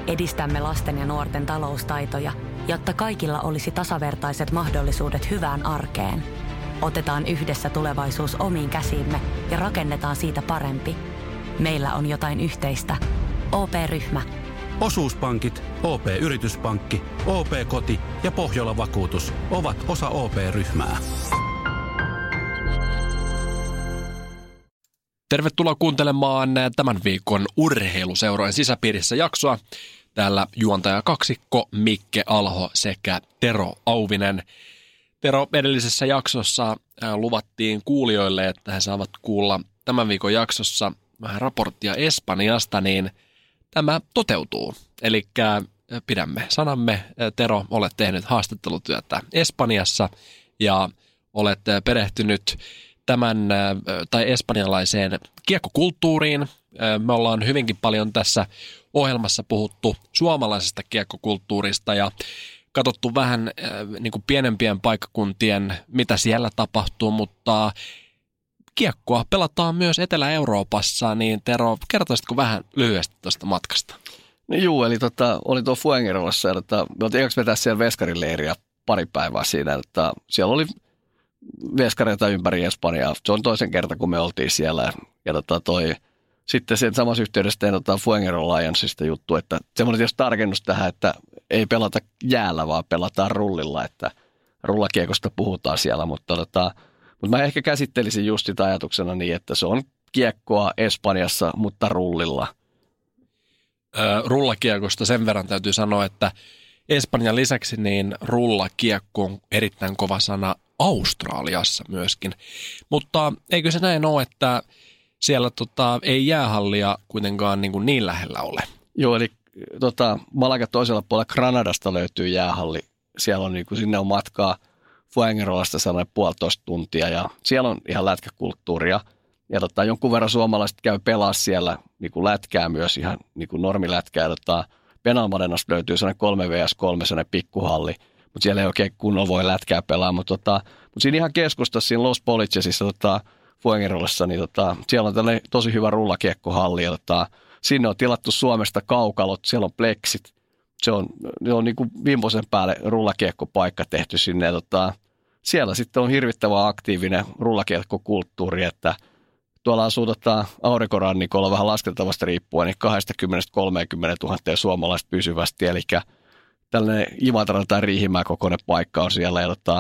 edistämme lasten ja nuorten taloustaitoja, jotta kaikilla olisi tasavertaiset mahdollisuudet hyvään arkeen. Otetaan yhdessä tulevaisuus omiin käsiimme ja rakennetaan siitä parempi. Meillä on jotain yhteistä. OP-ryhmä. Osuuspankit, OP-yrityspankki, OP-koti ja Pohjola-vakuutus ovat osa OP-ryhmää. Tervetuloa kuuntelemaan tämän viikon Urheiluseurojen sisäpiirissä jaksoa. Täällä juontajakaksikko Mikke Alho sekä Tero Auvinen. Tero, edellisessä jaksossa luvattiin kuulijoille, että he saavat kuulla tämän viikon jaksossa vähän raporttia Espanjasta, niin tämä toteutuu. Eli pidämme sanamme. Tero, olet tehnyt haastattelutyötä Espanjassa ja olet perehtynyt espanjalaiseen kiekkokulttuuriin. Me ollaan hyvinkin paljon tässä ohjelmassa puhuttu suomalaisesta kiekkokulttuurista ja katsottu vähän niin kuin pienempien paikkakuntien, mitä siellä tapahtuu, mutta kiekkoa pelataan myös Etelä-Euroopassa, niin Tero, kertoisitko vähän lyhyesti tuosta matkasta? No juu, eli oli tuo Fuengirollassa ja me oltiin ekaksi vetää siellä veskarileiriä pari päivää siinä, että siellä oli veskareita ympäri Espanjaa. Se on toisen kerta, kun me oltiin siellä ja sitten sen samassa yhteydessä tein Fuengirola Lionsista juttu, että semmoinen tietysti tarkennus tähän, että ei pelata jäällä, vaan pelataan rullilla, että rullakiekosta puhutaan siellä, mutta mä ehkä käsittelisin just sitä ajatuksena niin, että se on kiekkoa Espanjassa, mutta rullilla. Rullakiekosta sen verran täytyy sanoa, että Espanjan lisäksi niin rullakiekko on erittäin kova sana Australiassa myöskin, mutta eikö se näin ole, että siellä ei jäähallia kuitenkaan niin lähellä ole? Joo, eli Malaga toisella puolella Granadasta löytyy jäähalli. Siellä on sinne on matkaa Fuengirolasta sellainen 1,5 tuntia ja siellä on ihan lätkäkulttuuria. Ja jonkun verran suomalaiset käy pelaa siellä lätkää myös, ihan normilätkää. Benalmadenasta löytyy sellainen 3vs3 sellainen pikkuhalli, mutta siellä ei oikein kunnolla voi lätkää pelaa. Mutta siinä ihan keskustassa, siinä Los Policesissa Fuengirolassa, niin siellä on tällainen tosi hyvä rullakiekkohalli. Ja sinne on tilattu Suomesta kaukalot, siellä on pleksit. Se on niin kuin vimposen päälle rullakiekkopaikka tehty sinne. Siellä sitten on hirvittävän aktiivinen rullakiekkokulttuuri, että tuolla asuu aurinkorannikolla vähän laskeltavasta riippuen, niin 20-30 000 suomalaista pysyvästi. Eli tällainen Imatran tai Riihimäen kokoinen paikka on siellä.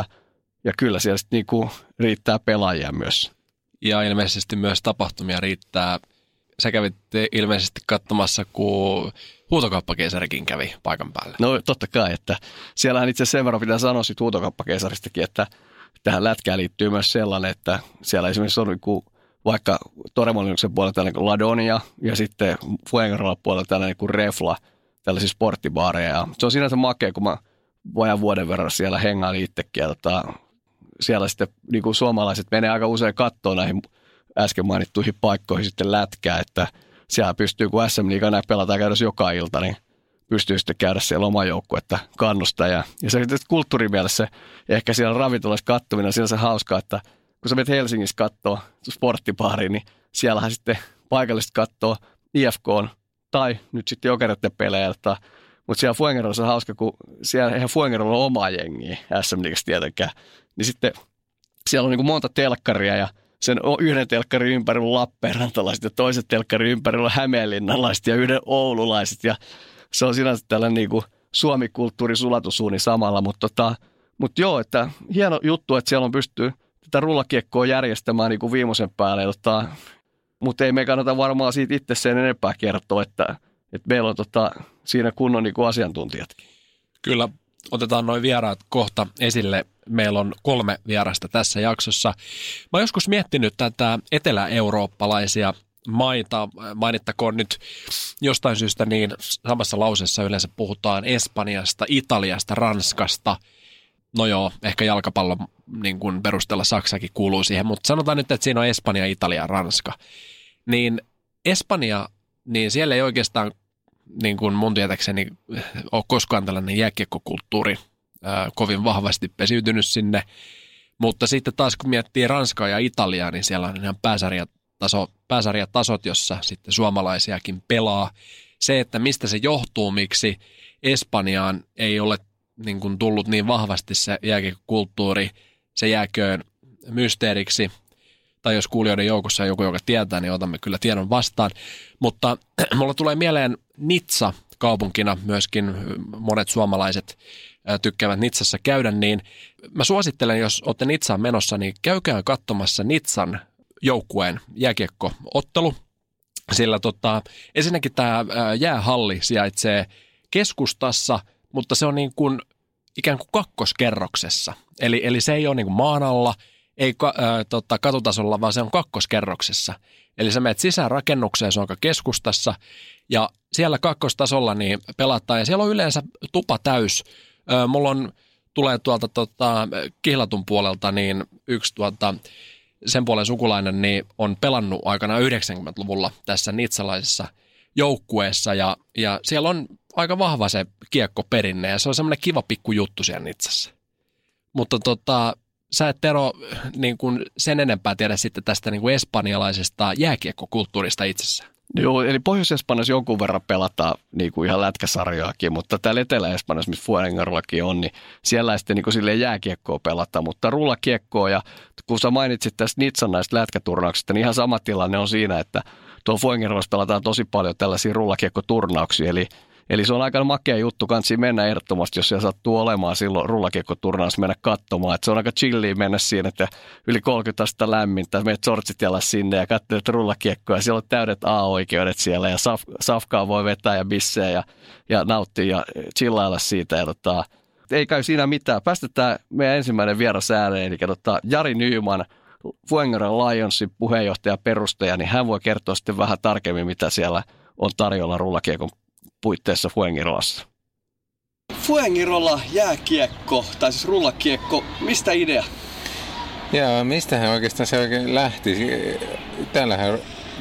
Ja kyllä siellä sitten niinku riittää pelaajia myös. Ja ilmeisesti myös tapahtumia riittää. Sä kävit ilmeisesti katsomassa, kun Huutokauppakeisarikin kävi paikan päällä. No totta kai, että siellähän itse asiassa sen verran pitää sanoa siitä Huutokauppakeisaristakin, että tähän lätkään liittyy myös sellainen, että siellä esimerkiksi on vaikka Torremoliniksen puolella tällainen Ladonia ja sitten Fuengirolan puolella tällainen kuin Refla, tällaisia sporttibaareja. Ja se on sinänsä makea, kun mä vajan vuoden verran siellä hengailin itsekin. Ja siellä sitten niin kuin suomalaiset menee aika usein katsoa näihin äsken mainittuihin paikkoihin sitten lätkää, että siellä pystyy, kun SM-liiga näin pelataan käydä joka ilta, niin pystyy sitten käydä siellä oma joukkuetta kannustaa. Ja se kulttuurimielessä ehkä siellä ravintolassa katsominen on siinä se hauskaa, että kun sä menet Helsingissä kattoo sporttibaariin, niin siellähän sitten paikalliset kattoo IFK:n tai nyt sitten Jokereiden pelejä. Mutta siellä Fuengirolla on hauska, kun siellä eihän Fuengirolla ole omaa jengiä SM-liigassa tietenkään. Niin sitten siellä on niin kuin monta telkkaria ja sen yhden telkkarin ympärillä on Lappeenrantalaiset ja toisen telkkarin ympärillä on hämeenlinnalaiset ja yhden oululaiset. Ja se on sinänsä tällainen niin kuin suomikulttuuri sulatusuuni samalla. Mutta joo, että hieno juttu, että siellä on pystyy tätä rullakiekkoa järjestämään niin kuin viimeisen päälle. Mutta ei me kannata varmaan siitä itse sen enempää kertoa, että meillä on siinä kunnon niin kuin asiantuntijatkin. Kyllä, otetaan noin vieraat kohta esille. Meillä on 3 vierasta tässä jaksossa. Mä oon joskus miettinyt tätä etelä-eurooppalaisia maita. Mainittakoon nyt jostain syystä niin samassa lauseessa yleensä puhutaan Espanjasta, Italiasta, Ranskasta. No joo, ehkä jalkapallon niin kuin perusteella Saksakin kuuluu siihen, mutta sanotaan nyt, että siinä on Espanja, Italia ja Ranska. Niin Espanja, niin siellä ei oikeastaan niin kuin mun tietääkseni ole koskaan tällainen jääkiekkokulttuuri kovin vahvasti pesiytynyt sinne, mutta sitten taas kun miettii Ranskaa ja Italiaa, niin siellä on ihan pääsarjatasot, jossa sitten suomalaisiakin pelaa, se, että mistä se johtuu, miksi Espanjaan ei ole niin kuin tullut niin vahvasti se jääkiekkokulttuuri, se jääköön mysteeriksi. Tai jos kuulijoiden joukossa on joku, joka tietää, niin otamme kyllä tiedon vastaan. Mutta mulla tulee mieleen Nizza kaupunkina, myöskin monet suomalaiset tykkäävät Nizzassa käydä, niin mä suosittelen, jos olette Nizzaan menossa, niin käykää katsomassa Nizzan joukkueen jääkiekkoottelu. Sillä ensinnäkin tämä jäähalli sijaitsee keskustassa, mutta se on niin kuin ikään kuin kakkoskerroksessa. Eli se ei ole niin kuin maan alla, ei katutasolla, vaan se on kakkoskerroksessa. Eli sä menet sisään rakennukseen, se on aika keskustassa, ja siellä kakkostasolla niin pelataan, ja siellä on yleensä tupa täys. Mulla tulee tuolta Kihlatun puolelta niin yksi sen puolen sukulainen niin on pelannut aikana 90-luvulla tässä nizzalaisessa joukkueessa, ja siellä on aika vahva se kiekkoperinne, ja se on semmoinen kiva pikku juttu siellä Nizzassa. Mutta sä et, Tero, niin kuin sen enempää tiedä sitten tästä niin kuin espanjalaisesta jääkiekkokulttuurista itsessään. Joo, eli Pohjois-Espanjassa jonkun verran pelataan niin kuin ihan lätkäsarjoakin, mutta täällä Etelä-Espanjassa, missä Fuengirollakin on, niin siellä ei sitten niin kuin silleen jääkiekkoa pelata, mutta rullakiekkoa, ja kun sä mainitsit tästä Nizzan näistä lätkäturnauksista, niin ihan sama tilanne on siinä, että tuolla Fuengirolassa pelataan tosi paljon tällaisia rullakiekkoturnauksia, Eli se on aika makea juttu, kansi mennä ehdottomasti, jos siellä sattuu olemaan silloin rullakiekkoturnaus mennä katsomaan. Et se on aika chillia mennä siinä, että yli 30 astetta lämmintä, menet sortsit jalas sinne ja katselet rullakiekkoa. Ja siellä on täydet A-oikeudet siellä ja safkaa voi vetää ja bissejä ja nauttia ja chillailla siitä. Ja ei käy siinä mitään. Päästetään meidän ensimmäinen vieras ääneen, eli Jari Nyman, Fuengiron Lionsin puheenjohtaja perustaja, niin hän voi kertoa sitten vähän tarkemmin, mitä siellä on tarjolla rullakiekon puitteissa Fuengirolassa. Fuengirola jääkiekko, tai siis rullakiekko, mistä idea? Joo, mistähän oikeastaan se oikein lähti. Täällähän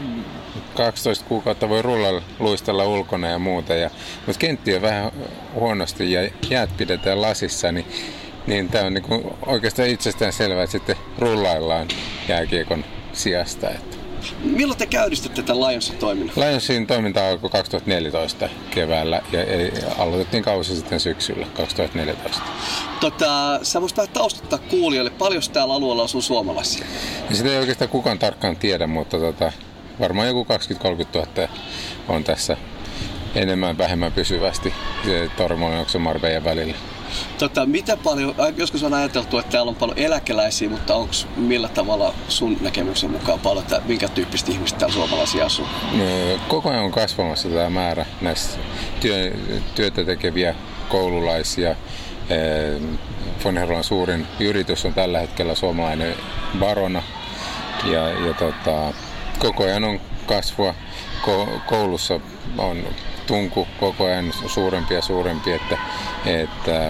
12 kuukautta voi luistella ulkona ja muuta, mutta kenttiä on vähän huonosti ja jäät pidetään lasissa, niin tämä on niinku oikeastaan itsestään selvää, että sitten rullaillaan jääkiekon sijasta. Milloin te käynnistitte tämän Lionsin toiminnan? Lionsin toiminta alkoi 2014 keväällä ja aloitettiin kausi sitten syksyllä 2014. Sä voisit vähän taustuttaa kuulijoille, paljon täällä alueella asuu suomalaisia? Ja sitä ei oikeastaan kukaan tarkkaan tiedä, mutta varmaan joku 20-30 000 on tässä enemmän vähemmän pysyvästi Torremolinos'en Marbellan välillä. Mitä paljon, joskus on ajateltu, että täällä on paljon eläkeläisiä, mutta onko millä tavalla sun näkemyksen mukaan paljon, minkä tyyppistä ihmistä täällä suomalaisia asuu? Koko ajan on kasvamassa tämä määrä näistä työtä tekeviä koululaisia. Fuengirolan suurin yritys on tällä hetkellä suomalainen Barona ja koko ajan on kasvua. Koulussa on tunku koko ajan suurempi, että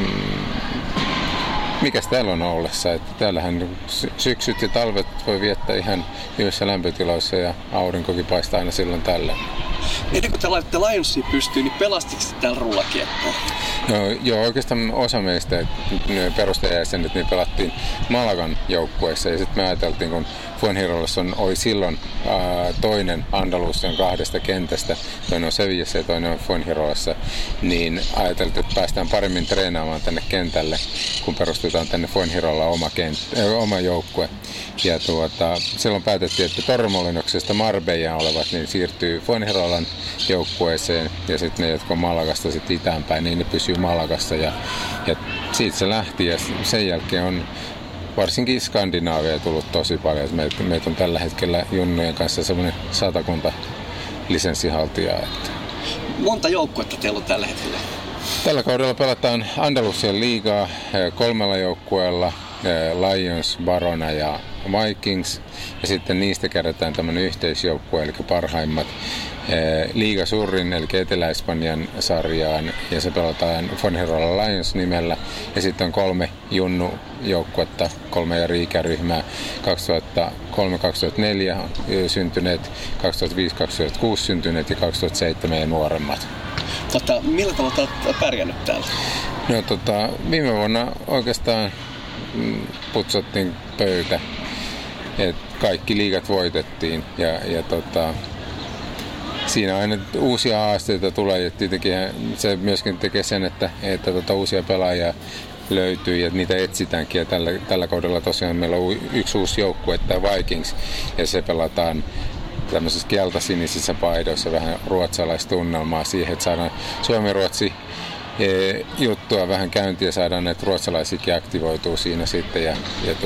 mikäs täällä on ollessa, että täällähän syksyt ja talvet voi viettää ihan hyvissä lämpötiloissa ja aurinkokin paistaa aina silloin tällä. Ennen kuin te laitatte Lionsia pystyyn, niin pelastiko te täällä rullakiekkoa? Joo, oikeastaan osa meistä perustajajäsenet niin pelattiin Malagan joukkueessa ja sitten me ajateltiin, kun Fuengirolassa oli silloin toinen Andalusian 2 kentästä, toinen on Sevillassa ja toinen on Fuengirolassa, niin ajateltiin, että päästään paremmin treenaamaan tänne kentälle, kun perustetaan tänne Fuengirolla oma joukkue. Ja silloin päätettiin, että Torremolinos'sta Marbellaan olevat niin siirtyy Fuengirolan joukkueeseen ja sitten ne, jotka on Malagasta sitten itäänpäin, niin ne pysyy Malagassa ja siitä se lähti ja sen jälkeen on varsinkin Skandinaavia tullut tosi paljon. Meitä on tällä hetkellä junnujen kanssa semmoinen 100 lisenssihaltijaa. Monta joukkuetta teillä on tällä hetkellä? Tällä kaudella pelataan Andalusian liigaa 3 joukkueella, Lions, Barona ja Vikings. Ja sitten niistä kerätään tämmöinen yhteisjoukkue, eli parhaimmat Liiga Surrin, eli Etelä-Espanjan sarjaan, ja se pelataan Fuengirola Lions nimellä. Ja sitten on 3 junnujoukkuetta, 3 eri ikäryhmää, 2003-2004 syntyneet, 2005-2006 syntyneet ja 2007 ja nuoremmat. Millä tavalla olet pärjännyt täällä? Viime vuonna oikeastaan putsattiin pöytä. Et kaikki liigat voitettiin ja siinä aina uusia haasteita tulee ja tietenkin se myöskin tekee sen, että uusia pelaajia löytyy ja niitä etsitäänkin. Ja tällä kaudella tosiaan meillä on yksi uusi joukkue, tämä Vikings, ja se pelataan tämmöisissä keltasinisissä paidoissa, vähän ruotsalaistunnelmaa siihen, että saadaan Suomi-Ruotsi juttua vähän käyntiä, saadaan näitä ruotsalaisiakin aktivoituu siinä sitten.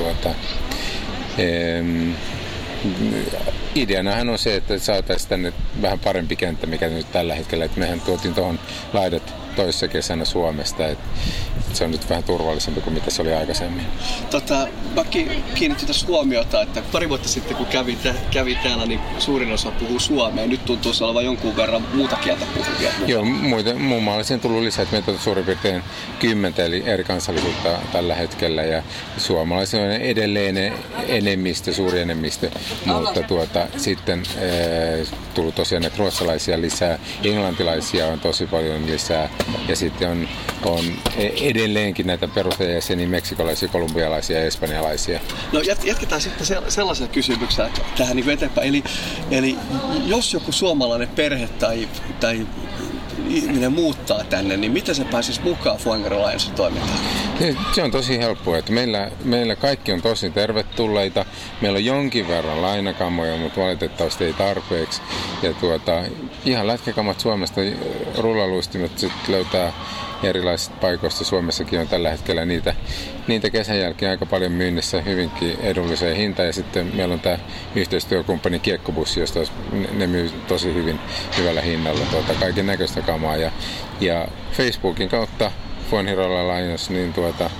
Ideanahan on se, että saataisiin tänne vähän parempi kenttä, mikä nyt tällä hetkellä, että mehän tuotiin tuohon laidat toissa kesänä Suomesta, että se on nyt vähän turvallisempi kuin mitä se oli aikaisemmin. Mä kiinnitin tässä huomiota, että pari vuotta sitten kun kävi täällä, niin suurin osa puhuu suomea. Nyt tuntuu olevan jonkun verran muuta kieltä puhuvia. Joo, muun maallisiin on tullut lisää, että meitä on suurin piirtein 10 eli eri kansallisuutta tällä hetkellä ja suomalaisia on edelleen enemmistö, suuri enemmistö, mutta sitten tullut tosiaan näitä ruotsalaisia lisää, englantilaisia on tosi paljon lisää ja sitten on edelleenkin näitä perustajajäseniä, meksikolaisia, kolumbialaisia ja espanjalaisia. No jatketaan sitten sellaisella kysymyksellä tähän niin eteenpäin. Eli jos joku suomalainen perhe tai ihminen muuttaa tänne, niin miten se pääsisi mukaan Fuengirola Lionsin toimintaan? Se on tosi helppoa, että meillä kaikki on tosi tervetulleita. Meillä on jonkin verran lainakammoja, mutta valitettavasti ei tarpeeksi. Ja ihan lätkäkammat Suomesta, rullaluistimet sitten löytää erilaisista paikoista. Suomessakin on tällä hetkellä niitä kesän jälkeen aika paljon myynnissä hyvinkin edulliseen hintaan. Ja sitten meillä on tämä yhteistyökumppani Kiekkobussi, josta ne myy tosi hyvällä hinnalla kaiken näköistä kamaa. Ja Facebookin kautta Fuengirola Lions, niin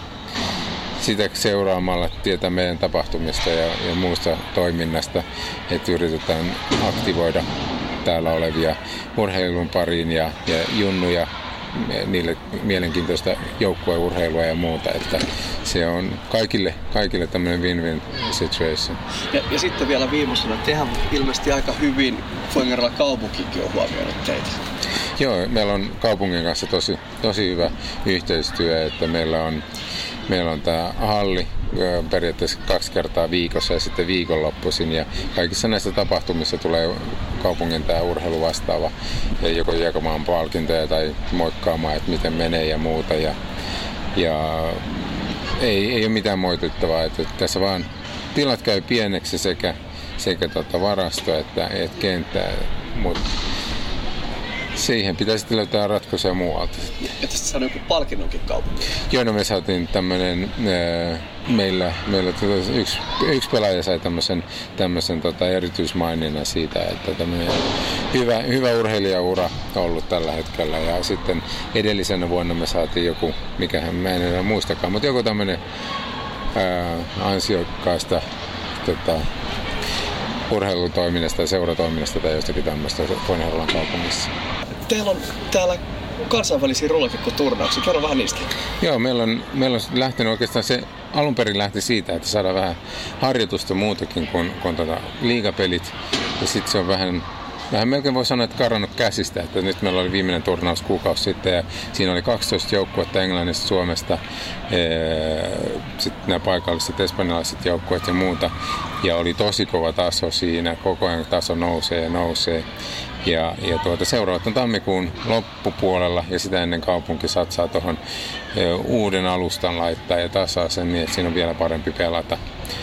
sitä seuraamalla tietää meidän tapahtumista ja muusta toiminnasta, että yritetään aktivoida täällä olevia urheilun pariin ja junnuja, niille mielenkiintoista joukkueurheilua ja muuta, että se on kaikille tämmöinen win-win situation. Ja sitten vielä viimeisenä, tehän ilmeisesti aika hyvin Fuengirola kaupunkikin on huomioinut teitä. Joo, meillä on kaupungin kanssa tosi hyvä yhteistyö, että meillä on tämä halli periaatteessa 2 kertaa viikossa ja sitten viikonloppuisin ja kaikissa näistä tapahtumissa tulee kaupungin tämä urheilu vastaava ja joko jakamaan palkintoja tai moikkaamaan, että miten menee ja muuta ja ei ole mitään moitittavaa, että tässä vaan tilat käy pieneksi sekä varasto että kenttää, mutta siihen pitäisi löytää ratkaisuja muualta. Ja tästä saada joku palkinnonkin kaupunki? Joo, no me saatiin tämmöinen, meillä yksi pelaaja sai tämmöisen erityismaininnan siitä, että tämmöinen hyvä urheilijaura on ollut tällä hetkellä. Ja sitten edellisenä vuonna me saatiin joku, mikähän mä en enää muistakaan, mutta joku tämmöinen ansiokkaasta urheilutoiminnasta ja seuratoiminnasta tai jostakin tämmöistä Fuengirolan kaupungissa. Teillä on täällä kansainvälisiä rullakikkoturnauksia. Kerro vähän niistä. Joo, meillä on lähtenyt oikeastaan se alun perin lähti siitä, että saadaan vähän harjoitusta muutakin kuin liigapelit. Ja sitten se on vähän melkein voi sanoa, että karannut käsistä. Että nyt meillä oli viimeinen turnaus kuukausi sitten ja siinä oli 12 joukkuetta Englannista, Suomesta, sitten nämä paikalliset espanjalaiset joukkueet ja muuta. Ja oli tosi kova taso siinä, koko ajan taso nousee. Ja seuraavat on tammikuun loppupuolella ja sitä ennen kaupunki satsaa tuohon uuden alustan laittaa ja tasaa sen niin, että siinä on vielä parempi pelata.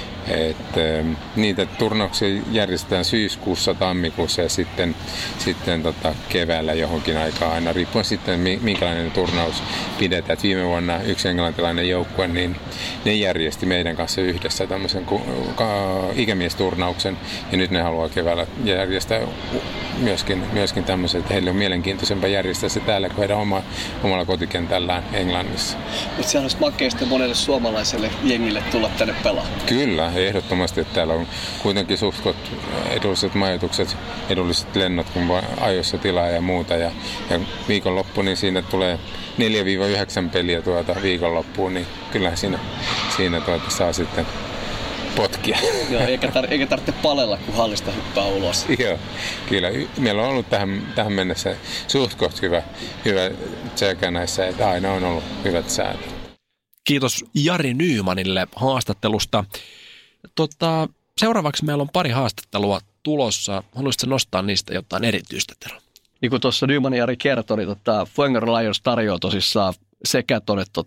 Niitä turnauksia järjestetään syyskuussa, tammikuussa ja sitten keväällä johonkin aikaan aina, riippuen sitten minkälainen turnaus pidetään. Et viime vuonna yksi englantilainen joukkue, niin ne järjesti meidän kanssa yhdessä tämmöisen ikämiesturnauksen ja nyt ne haluaa keväällä järjestää myöskin tämmöisen, että heille on mielenkiintoisempaa järjestää se täällä kuin heidän omalla kotikentällään Englannissa. Mutta sehän olisi makeista monelle suomalaiselle jengille tulla tänne pelaamaan. Kyllä, ehdottomasti, että täällä on kuitenkin suht edulliset majoitukset, edulliset lennot, kun ajoissa tilaa ja muuta. Ja viikonloppu, niin siinä tulee 4-9 peliä viikonloppuun, niin kyllähän siinä saa sitten potkia. Joo, eikä tarvitse palella, kun hallista hyppää ulos. Joo, kyllä. Meillä on ollut tähän mennessä suht hyvä tsekä näissä, että aina on ollut hyvät säät. Kiitos Jari Nymanille haastattelusta. Seuraavaksi meillä on pari haastattelua tulossa. Haluaisitko nostaa niistä jotain erityistä, Tero? Niin kuin tuossa Nyman Jari kertoi, niin Fuengirola Lions tarjoaa tosissaan sekä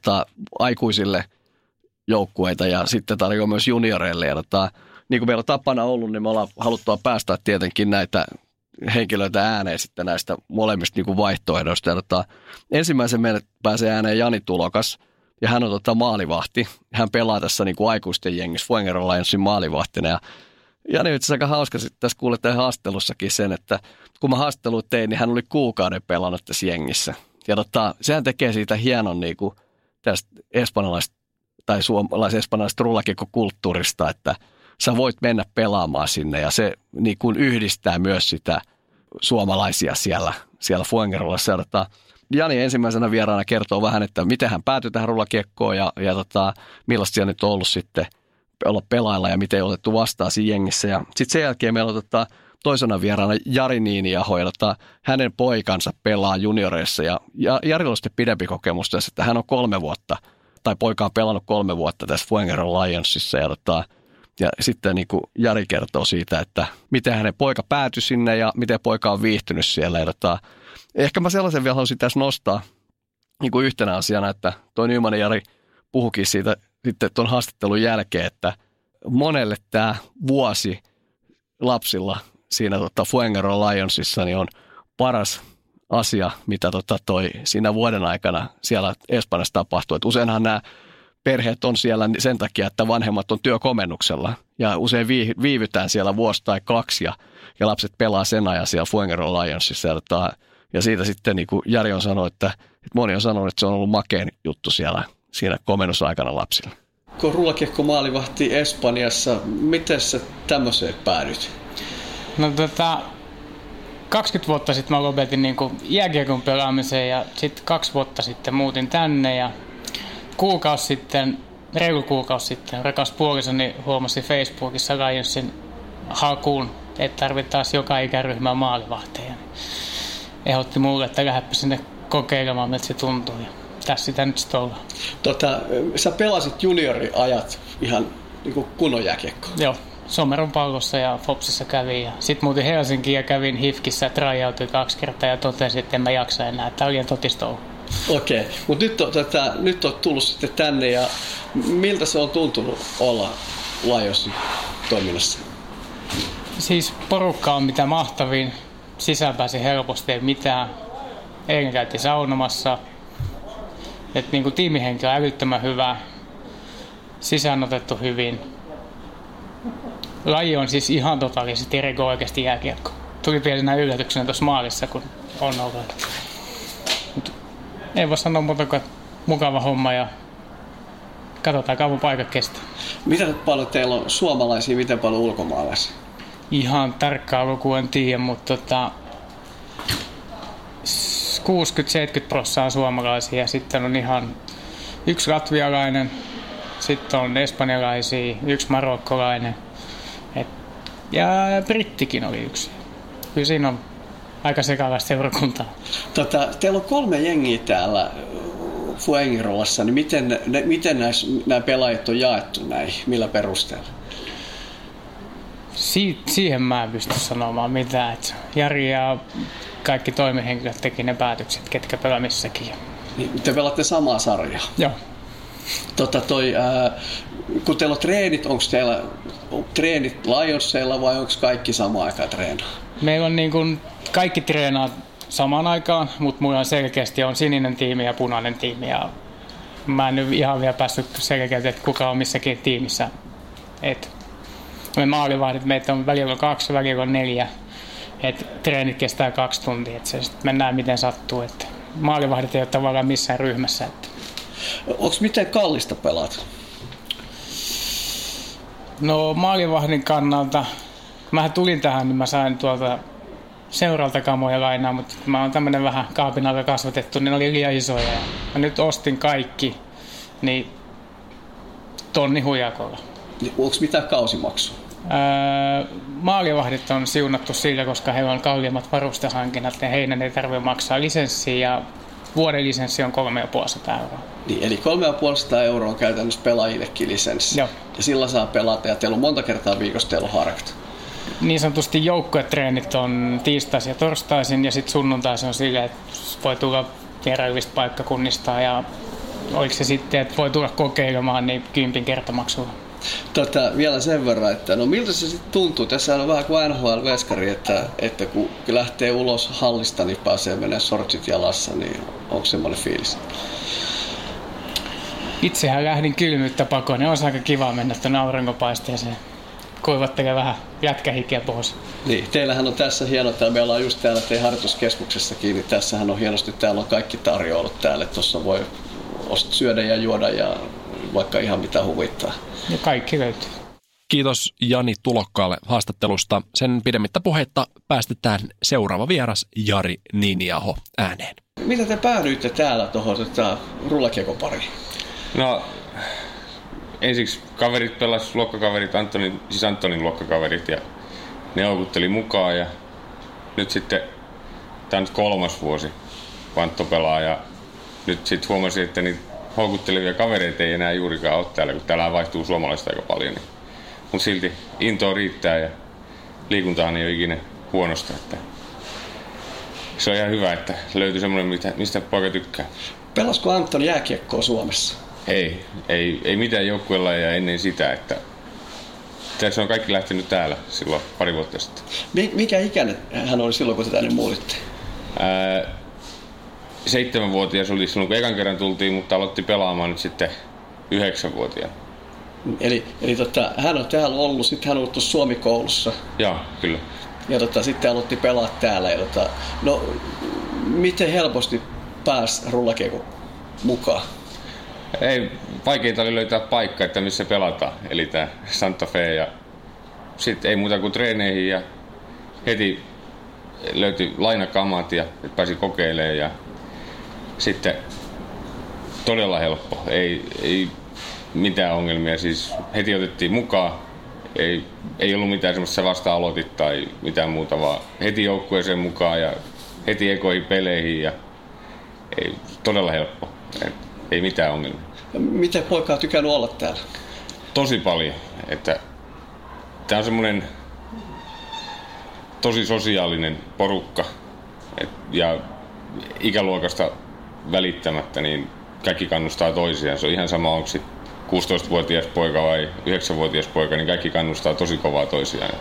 aikuisille joukkueita ja sitten tarjoaa myös junioreille. Ja niin kuin meillä on tapana ollut, niin me ollaan haluttua päästä tietenkin näitä henkilöitä ääneen sitten näistä molemmista niin kuin vaihtoehdoista. Ja ensimmäisen meille pääsee ääneen Jani Tulokas, ja hän on maalivahti. Hän pelaa tässä niin kuin aikuisten jengissä Fuengirola Lionsin maalivahtina. Ja Jani on itse asiassa aika hauska sitten tässä kuulee haastattelussakin sen, että kun mä haastattelut tein, niin hän oli kuukauden pelannut tässä jengissä. Ja sehän tekee siitä hienon niin kuin tästä espanjalaisesta tai suomalais-espanjalaisesta rullakikkokulttuurista, että sä voit mennä pelaamaan sinne ja se niin kuin yhdistää myös sitä suomalaisia siellä Fuengirolassa. Jani ensimmäisenä vieraana kertoo vähän, että miten hän päätyi tähän rullakiekkoon ja millaista siellä nyt on ollut sitten olla pelailla ja miten on otettu vastaan siinä jengissä. Ja sitten sen jälkeen meillä on toisena vieraana Jari Niiniaho ja hänen poikansa pelaa junioreissa ja Jarilla on sitten pidempi kokemus tässä, että hän on 3 vuotta tai poika on pelannut 3 vuotta tässä Fuengirola Lionsissa ja sitten niin kuin Jari kertoo siitä, että miten hänen poika päätyi sinne ja miten poika on viihtynyt siellä. Ja ehkä mä sellaisen vielä haluaisin tässä nostaa niin kuin yhtenä asiana, että toi Nyman Jari puhukin siitä sitten tuon haastattelun jälkeen, että monelle tämä vuosi lapsilla siinä Fuengirola Lionsissa niin on paras asia, mitä siinä vuoden aikana siellä Espanjassa tapahtuu. Et useinhan nämä perheet on siellä sen takia, että vanhemmat on työkomennuksella ja usein viivytään siellä vuosi tai 2 ja lapset pelaa sen ajan siellä Fuengirola Lionsissa. Ja siitä sitten niin kuin Jari on sanonut, että moni on sanonut, että se on ollut makeen juttu siinä komennusaikana lapsilla. Kun rullakiekko maalivahti Espanjassa, miten sä tämmöiseen päädyt? No 20 vuotta sitten mä lopetin niin kuin jääkiekon pelaamisen ja sitten 2 vuotta sitten muutin tänne ja reilu kuukausi sitten rakas puolisoni huomasi Facebookissa Lionsin hakuun, että tarvittaisiin joka ikäryhmä maalivahteja. Ehdotti mulle, että lähdepä sinne kokeilemaan, miltä se tuntuu. Ja tässä sitä nyt sitten ollaan. Sä pelasit junioriajat ihan niin kuin kunnon jääkiekkoa. Joo, Someron pallossa ja Fopsissa kävin. Ja sitten muutin Helsinkiin ja kävin HIFKissä, tryoutui 2 kertaa ja totesin, että en mä jaksa enää. Tämä oli ihan totista ollut. Okei, mutta nyt on tullut sitten tänne ja miltä se on tuntunut olla Lionsin toiminnassa? Siis porukka on mitä mahtavin. Sisään pääsi helposti, ei mitään. Eilen käytiin saunomassa. Niin tiimihenki on älyttömän hyvä. Sisään otettu hyvin. Laji on siis ihan totaalisesti eri kuin oikeasti jääkiekko. Tuli pienenä yllätyksenä tuossa maalissa, kun on ollut. Ei voi sanoa muuta kuin mukava homma ja katsotaan kauan paikat kestää. Miten paljon teillä on suomalaisia, miten paljon ulkomaalaisia? Ihan tarkkaa lukua en tiedä, mutta 60-70% on suomalaisia ja sitten on ihan 1 latvialainen, sitten on espanjalaisia, 1 marokkolainen ja brittikin oli 1. Kyllä siinä on aika sekavaista seurakuntaa. Teillä on 3 jengiä täällä Fuengirolassa, niin miten nämä pelaajat on jaettu näihin, millä perusteella? Siihen mä en pysty sanomaan mitään. Että Jari ja kaikki toimihenkilöt teki ne päätökset, ketkä pelaa missäkin. Niin, te pelaatte samaa sarjaa? Joo. Kun teillä on treenit, onko teillä treenit Lionsseilla vai onko kaikki samaan aikaan treenaa? Meillä on niin kuin kaikki treenaa samaan aikaan, mutta mulla on selkeästi on sininen tiimi ja punainen tiimi. Ja mä en nyt ihan vielä päässyt selkeästi, että kuka on missäkin tiimissä. Me maalivahdit, meitä on välillä 2, välillä 4. Treenit kestää 2 tuntia, että mennään miten sattuu. Maalivahdit ei ole tavallaan missään ryhmässä. Onko miten kallista pelaat? No maalivahdin kannalta, mähän tulin tähän, niin mä sain tuolta seuralta kamoja lainaa, mutta mä oon tämmönen vähän kaapin alla kasvatettu, niin ne oli liian isoja. Mä nyt ostin kaikki, niin 1 000 hujakolla. Onko mitään kausimaksua? Maalivahdit on siunattu sillä, koska heillä on kalliimmat varustehankinnat ja heidän ei tarvitse maksaa lisenssiä ja vuoden lisenssi on 350 €. Niin, eli 350 € on käytännössä pelaajillekin lisenssi. Joo. Ja sillä saa pelata ja teillä on monta kertaa viikossa teillä on harjoitus. niin sanotusti joukkuetreenit on tiistaisin ja torstaisin ja sitten sunnuntaisin on silleen, että voi tulla vierailuista paikkakunnista ja oliko se sitten, että voi tulla kokeilemaan niin 10 kertamaksulla. Vielä sen verran, että no miltä se sitten tuntuu? Tässä on vähän kuin NHL-veskari, että kun lähtee ulos hallista, niin pääsee menemään sortsit jalassa, niin onko semmoinen fiilis? Itsehän lähdin kylmyyttä pakoon, niin olisi aika kiva mennä tuonne aurinkopaisteeseen. Kuivattelee vähän jätkähikiä pois. Niin, teillähän on tässä hieno, me ollaan just täällä teidän harjoituskeskuksessakin, niin tässähän on hienosti, täällä on kaikki tarjoulut täällä, tuossa voi syödä ja juoda ja vaikka ihan mitä huvittaa. Ja kaikki löytyy. Kiitos Jani Tulokkaalle haastattelusta. Sen pidemmittä puheitta päästetään seuraava vieras Jari Niiniaho ääneen. Mitä te päädyitte täällä tuohon rullakiekopariin? No ensiksi kaverit pelasivat, luokkakaverit, Antonin luokkakaverit ja ne houkutteli mukaan ja nyt sitten tämä on 3. vuosi Vantto pelaa ja nyt sitten huomasin, että niitä houkuttelevia kavereita ei enää juurikaan ole täällä, kun täällä vaihtuu suomalaista aika paljon. Niin. Mutta silti intoa riittää ja liikuntahan ei ole ikinä huonosta. Että se on ihan hyvä, että löytyy semmoinen, mistä poika tykkää. Pelasko Antoni jääkiekkoa Suomessa? Ei mitään joukkuelajeja ennen sitä, että tässä on kaikki lähtenyt täällä silloin 2 vuotta sitten. Mikä ikäinen hän oli silloin, kun te tänne muulitte? 7-vuotias oli silloin, kun ekan kerran tultiin, mutta aloitti pelaamaan nyt sitten 9-vuotiaana. Eli hän on täällä ollut, sitten hän on ollut Suomi-koulussa. Joo, kyllä. Ja sitten aloitti pelaa täällä. Ja no, miten helposti pääsi rullakiekon mukaan? Ei, vaikeinta oli löytää paikka, että missä pelataan. Eli tämä Santa Fe. Ja sitten ei muuta kuin treeneihin ja heti löytyi lainakamat ja pääsi kokeilemaan. Ja sitten todella helppo. Ei mitään ongelmia. Siis heti otettiin mukaan. Ei ollut mitään semmoista vasta aloitit tai mitään muuta, vaan heti joukkueeseen mukaan ja heti ekoihin peleihin. Ja todella helppo. Ei mitään ongelmia. Miten poika on tykännyt olla täällä? Tosi paljon. Että tämä on semmoinen tosi sosiaalinen porukka. Ja ikäluokasta välittämättä, niin kaikki kannustaa toisiaan. Se on ihan sama, onko 16-vuotias poika vai 9-vuotias poika, niin kaikki kannustaa tosi kovaa toisiaan.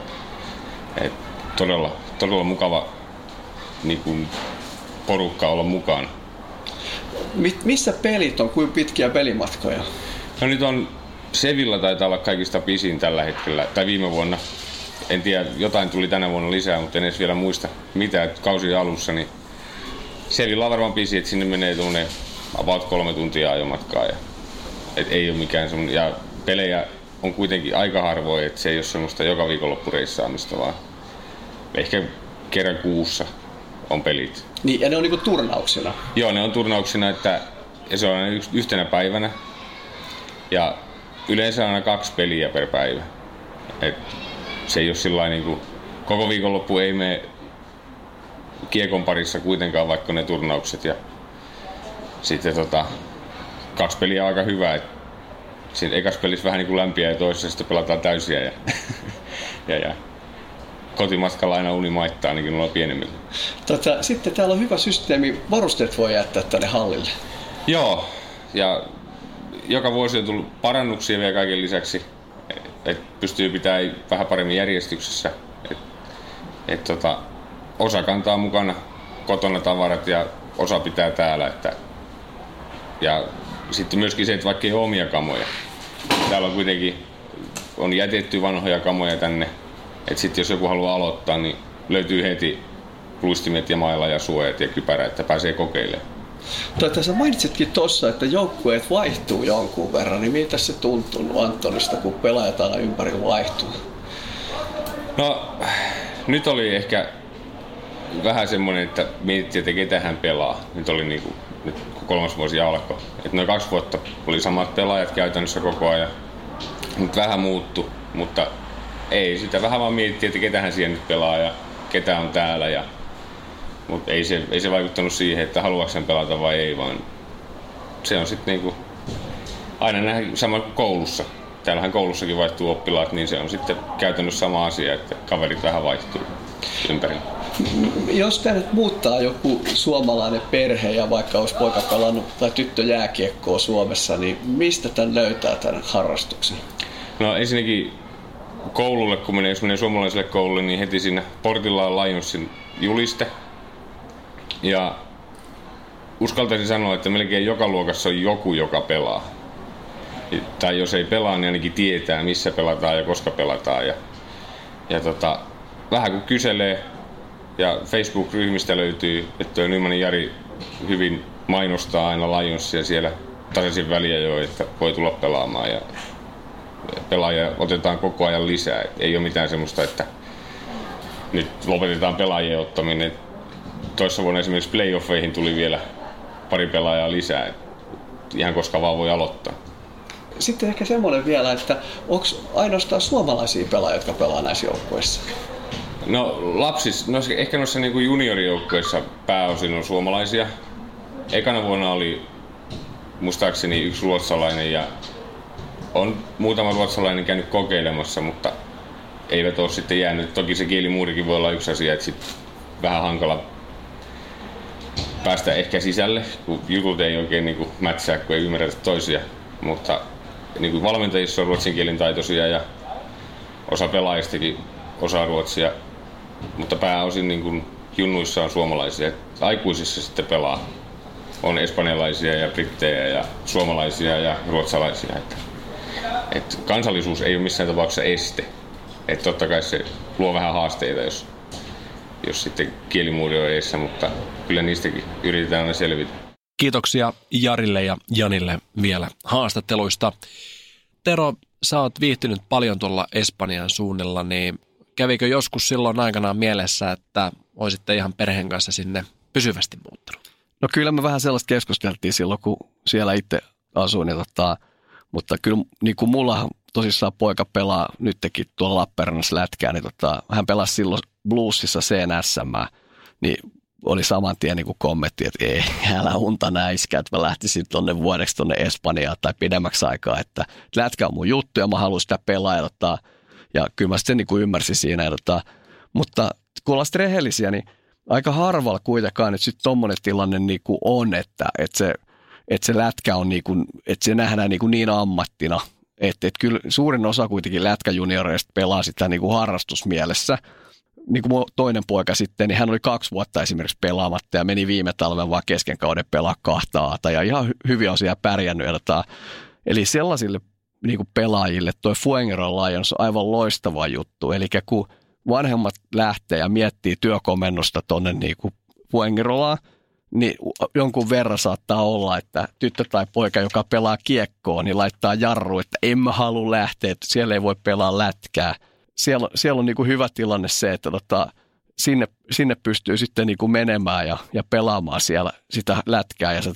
Todella mukava niin kuin porukka olla mukana. Missä pelit on? Kuinka pitkiä pelimatkoja? No nyt on Sevilla taitaa olla kaikista pisin tällä hetkellä, tai viime vuonna. En tiedä, jotain tuli tänä vuonna lisää, mutta en edes vielä muista mitä, että kausi alussa. Niin Sevilla on varmaan pisin, että sinne menee tuonne about 3 tuntia ajomatkaa. Ei ole mikään semmoinen, ja pelejä on kuitenkin aika harvoin, että se ei ole semmoista joka viikonloppureissaamista, vaan ehkä kerran kuussa on pelit. Niin, ja ne on niinku turnauksena? Joo, ne on turnauksena, että ja se on aina yhtenä päivänä. Ja yleensä aina 2 peliä per päivä. Et se ei ole sillain niinku, koko viikonloppu ei mene kiekon parissa kuitenkaan, vaikka ne turnaukset. Ja sitten 2 peliä on aika hyvä. Siinä ekas pelissä vähän niinku lämpiä ja toisessa sitten pelataan täysiä. Ja kotimatkalla aina uni maittaa, ainakin ollaan pienemmillä. Sitten täällä on hyvä systeemi. Varusteet voi jättää tänne hallille. Joo, ja joka vuosi on tullut parannuksia vielä kaiken lisäksi. Että pystyy pitämään vähän paremmin järjestyksessä. Osa kantaa mukana kotona tavarat ja osa pitää täällä. Ja sitten myöskin se, että vaikka ei ole omia kamoja. Täällä on kuitenkin on jätetty vanhoja kamoja tänne. Että sitten jos joku haluaa aloittaa, niin löytyy heti luistimet ja mailla ja suojat ja kypärä, että pääsee kokeilemaan. Sä mainitsitkin tuossa, että joukkueet vaihtuu jonkun verran, niin miltä se tuntuu Antonista, kun pelaajat aina ympärillä vaihtuu? No, nyt oli ehkä vähän semmoinen, että mietittiin, että ketä hän pelaa. Nyt oli niinku, nyt 3. vuosi alkoi. Että noin 2 vuotta oli samat pelaajat käytännössä koko ajan. Nyt vähän muuttui, mutta ei sitä vähän vaan mietittiin, että ketähän siellä nyt pelaa ja ketä on täällä. Mutta ei se vaikuttanut siihen, että haluaako sen pelata vai ei, vaan se on sitten niinku aina nähdä sama kuin koulussa. täällähän koulussakin vaihtuu oppilaat, niin se on sitten käytännössä sama asia, että kaverit vähän vaihtuu ympärillä. Jos tämä nyt muuttaa joku suomalainen perhe ja vaikka olisi poika pelannut tai tyttö jääkiekkoa Suomessa, niin mistä tämän löytää tämän harrastuksen? No ensinnäkin koululle, jos menee suomalaiselle koululle, niin heti siinä portilla on Lionsin juliste. Ja uskaltaisin sanoa, että melkein joka luokassa on joku, joka pelaa. Tai jos ei pelaa, niin ainakin tietää, missä pelataan ja koska pelataan. Ja vähän kun kyselee, ja Facebook-ryhmistä löytyy, että Nymanin Jari hyvin mainostaa aina Lionsia siellä tasaisin väliä jo, että voi tulla pelaamaan. Ja pelaajia otetaan koko ajan lisää. Et ei ole mitään semmoista, että nyt lopetetaan pelaajien ottaminen. Toissa vuonna esimerkiksi playoffeihin tuli vielä pari pelaajaa lisää. Et ihan koska vaan voi aloittaa. Sitten ehkä semmoinen vielä, että onko ainoastaan suomalaisia pelaajia, jotka pelaa näissä joukkueissa? No ehkä noissa niin kuin juniorijoukkueissa pääosin on suomalaisia. Ekana vuonna oli muistaakseni yksi ruotsalainen ja on muutama ruotsalainen käynyt kokeilemassa, mutta eivät ole sitten jäänyt. Toki se kielimuurikin voi olla yksi asia, että sitten vähän hankala päästä ehkä sisälle, kun jutut ei oikein niin kuin mätsää, kun ei ymmärretä toisia. Mutta niin kuin valmentajissa on ruotsin kielen taitoisia ja osa pelaajistakin osaa ruotsia, mutta pääosin niin kuin junnuissa on suomalaisia. Aikuisissa sitten pelaa. On espanjalaisia ja brittejä ja suomalaisia ja ruotsalaisia. Että kansallisuus ei ole missään tapauksessa este. Että totta kai se luo vähän haasteita, jos sitten kielimuuri on edessä, mutta kyllä niistäkin yritetään aina selvitä. Kiitoksia Jarille ja Janille vielä haastatteluista. Tero, sä oot viihtynyt paljon tuolla Espanjan suunnilla, niin kävikö joskus silloin aikanaan mielessä, että olisitte ihan perheen kanssa sinne pysyvästi muuttanut? No kyllä me vähän sellaista keskusteltiin silloin, kun siellä itse asuin. Mutta kyllä niin kuin mulla tosissaan poika pelaa nytkin tuolla Lappeenrannassa lätkää, niin hän pelasi silloin Bluesissa CNSM, niin oli saman tien niin kuin kommentti, että ei, älä unta näiskä, että mä lähtisin vuodeksi tuonne Espanjaan tai pidemmäksi aikaa, että lätkä on mun juttu ja mä haluan sitä pelaa. Ja kyllä mä sitten niin kuin ymmärsin siinä. Mutta kun ollaan sitten rehellisiä, niin aika harvalla kuitenkaan nyt sitten tommoinen tilanne niin kuin on, että se lätkä on niin kuin, että se nähdään niin ammattina. Että kyllä suurin osa kuitenkin lätkäjunioreista pelaa sitä niin kuin harrastusmielessä. Niin kuin toinen poika sitten, niin hän oli 2 vuotta esimerkiksi pelaamatta ja meni viime talven vaan kesken kauden pelaa 2 aata ja ihan hyvin on siellä pärjännyt. Eli sellaisille niin kuin pelaajille toi Fuengirola Lions on aivan loistava juttu. Eli kun vanhemmat lähtee ja miettii työkomennusta tuonne niin kuin Fuengirolaan, niin jonkun verran saattaa olla, että tyttö tai poika, joka pelaa kiekkoa, niin laittaa jarru, että en mä halua lähteä, että siellä ei voi pelaa lätkää. Siellä on niin kuin hyvä tilanne se, että sinne pystyy sitten niin kuin menemään ja pelaamaan siellä sitä lätkää. Ja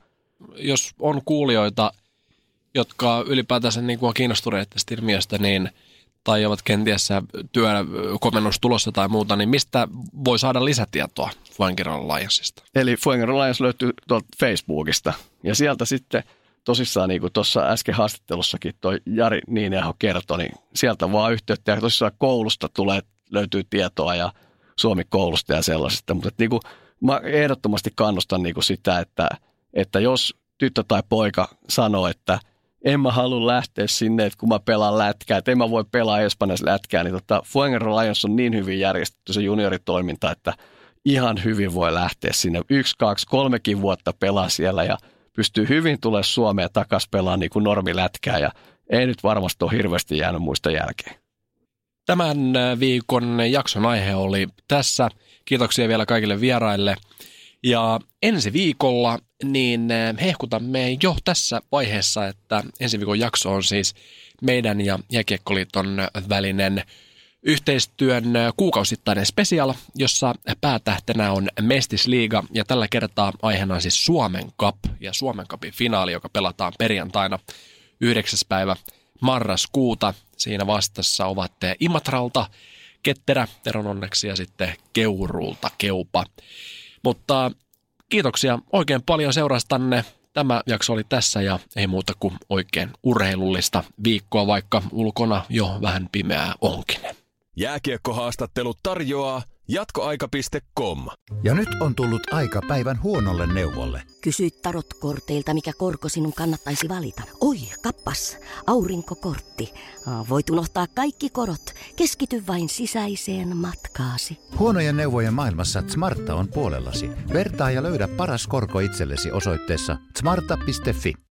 jos on kuulijoita, jotka ylipäätänsä niin kuin on kiinnostuneet tästä ilmiöstä, niin tai ovat kenties työkomennus tulossa tai muuta, niin mistä voi saada lisätietoa Fuengirola Lionsista? Eli Fuengirola Lions löytyy tuolta Facebookista ja sieltä sitten tosissaan niin kuin tuossa äsken haastattelussakin toi Jari Niiniaho kertoi, niin sieltä vaan yhteyttä ja tosissaan koulusta löytyy tietoa ja Suomi-koulusta ja sellaisesta, mutta niin kuin, mä ehdottomasti kannustan niin kuin sitä, että jos tyttö tai poika sanoo, että en mä halua lähteä sinne, että kun mä pelaan lätkää, että en mä voi pelaa Espanjassa lätkää, niin Fuengirola Lions on niin hyvin järjestetty se junioritoiminta, että ihan hyvin voi lähteä sinne 1, 2, 3 vuotta pelaa siellä ja pystyy hyvin tulemaan Suomeen takaisin pelaamaan niin kuin normilätkää ja ei nyt varmasti ole hirveästi jäänyt muista jälkeen. Tämän viikon jakson aihe oli tässä. Kiitoksia vielä kaikille vieraille. Ja ensi viikolla niin hehkutamme jo tässä vaiheessa, että ensi viikon jakso on siis meidän ja Jääkiekkoliiton välinen yhteistyön kuukausittainen special, jossa päätähtenä on Mestisliiga ja tällä kertaa aiheena on siis Suomen Cup ja Suomen Cupin finaali, joka pelataan perjantaina 9. päivä marraskuuta. Siinä vastassa ovat Imatralta Ketterä, Teron onneksi, ja sitten Keuruulta Keupa. Mutta kiitoksia oikein paljon seurastanne. tämä jakso oli tässä ja ei muuta kuin oikein urheilullista viikkoa, vaikka ulkona jo vähän pimeää onkin. Jääkiekkohaastattelut tarjoaa jatkoaika.com. Ja nyt on tullut aika päivän huonolle neuvolle. Kysy tarotkorteilta, mikä korko sinun kannattaisi valita. Oi, kappas, aurinkokortti. Voit unohtaa kaikki korot. Keskity vain sisäiseen matkaasi. Huonojen neuvojen maailmassa Smarta on puolellasi. Vertaa ja löydä paras korko itsellesi osoitteessa smarta.fi.